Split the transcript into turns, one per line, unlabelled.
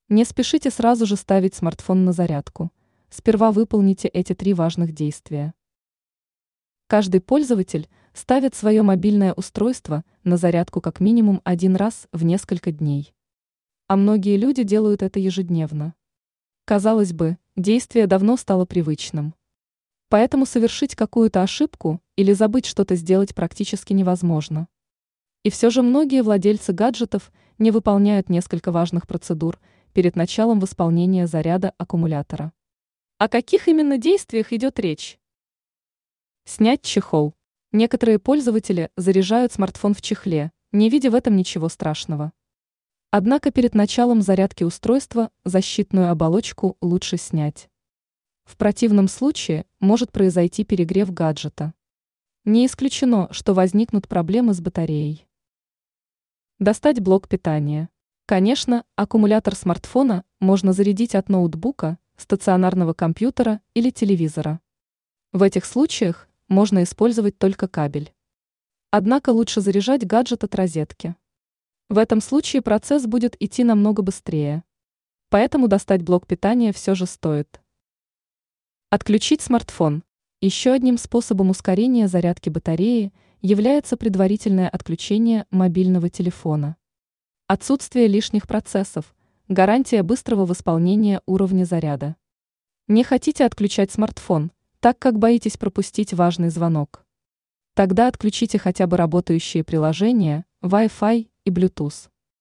Не спешите сразу же ставить смартфон на зарядку. Сперва выполните эти 3 важных действия. Каждый пользователь ставит свое мобильное устройство на зарядку как минимум 1 раз в несколько дней. А многие люди делают это ежедневно. Казалось бы, действие давно стало привычным. Поэтому совершить какую-то ошибку или забыть что-то сделать практически невозможно. И все же многие владельцы гаджетов не выполняют несколько важных процедур перед началом восполнения заряда аккумулятора. О каких именно действиях идет речь? Снять чехол. Некоторые пользователи заряжают смартфон в чехле, не видя в этом ничего страшного. Однако перед началом зарядки устройства защитную оболочку лучше снять. В противном случае может произойти перегрев гаджета. Не исключено, что возникнут проблемы с батареей. Достать блок питания. Конечно, аккумулятор смартфона можно зарядить от ноутбука, стационарного компьютера или телевизора. В этих случаях можно использовать только кабель. Однако лучше заряжать гаджет от розетки. В этом случае процесс будет идти намного быстрее. Поэтому достать блок питания все же стоит. Отключить смартфон. Еще одним способом ускорения зарядки батареи является предварительное отключение мобильного телефона. Отсутствие лишних процессов – гарантия быстрого восполнения уровня заряда. Не хотите отключать смартфон, так как боитесь пропустить важный звонок? Тогда отключите хотя бы работающие приложения, Wi-Fi и Bluetooth.